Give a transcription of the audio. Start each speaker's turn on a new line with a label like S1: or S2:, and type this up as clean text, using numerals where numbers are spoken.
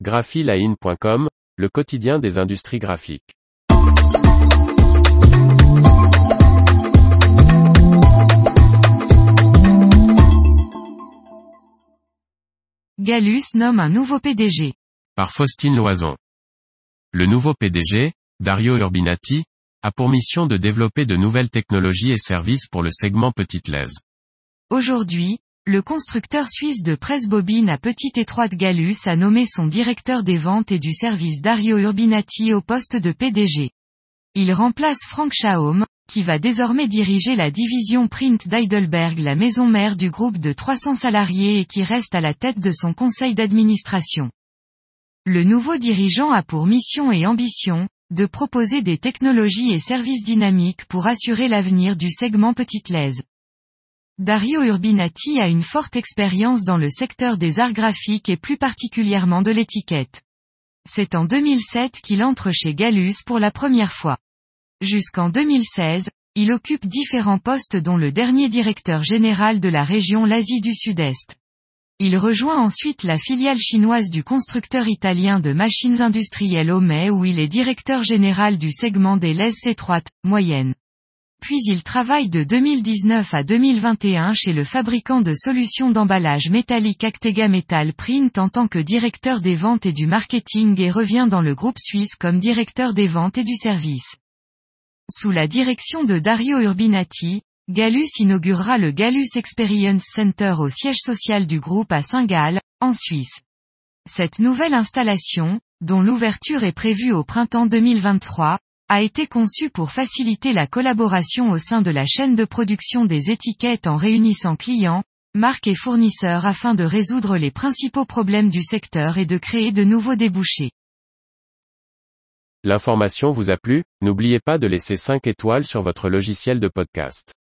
S1: graphiline.com, le quotidien des industries graphiques.
S2: Gallus nomme un nouveau PDG.
S1: Par Faustine Loison. Le nouveau PDG, Dario Urbinati, a pour mission de développer de nouvelles technologies et services pour le segment petite lèse.
S2: Aujourd'hui, le constructeur suisse de presse-bobine à petite étroite Gallus a nommé son directeur des ventes et du service Dario Urbinati au poste de PDG. Il remplace Frank Schaum, qui va désormais diriger la division Print d'Heidelberg, la maison mère du groupe de 300 salariés et qui reste à la tête de son conseil d'administration. Le nouveau dirigeant a pour mission et ambition de proposer des technologies et services dynamiques pour assurer l'avenir du segment petite lèse. Dario Urbinati a une forte expérience dans le secteur des arts graphiques et plus particulièrement de l'étiquette. C'est en 2007 qu'il entre chez Gallus pour la première fois. Jusqu'en 2016, il occupe différents postes dont le dernier directeur général de la région l'Asie du Sud-Est. Il rejoint ensuite la filiale chinoise du constructeur italien de machines industrielles Homey où il est directeur général du segment des lèses étroites, moyennes. Puis il travaille de 2019 à 2021 chez le fabricant de solutions d'emballage métallique Actega Metal Print en tant que directeur des ventes et du marketing et revient dans le groupe suisse comme directeur des ventes et du service. Sous la direction de Dario Urbinati, Gallus inaugurera le Gallus Experience Center au siège social du groupe à Saint-Gall, en Suisse. Cette nouvelle installation, dont l'ouverture est prévue au printemps 2023, a été conçue pour faciliter la collaboration au sein de la chaîne de production des étiquettes en réunissant clients, marques et fournisseurs afin de résoudre les principaux problèmes du secteur et de créer de nouveaux débouchés.
S1: L'information vous a plu? N'oubliez pas de laisser 5 étoiles sur votre logiciel de podcast.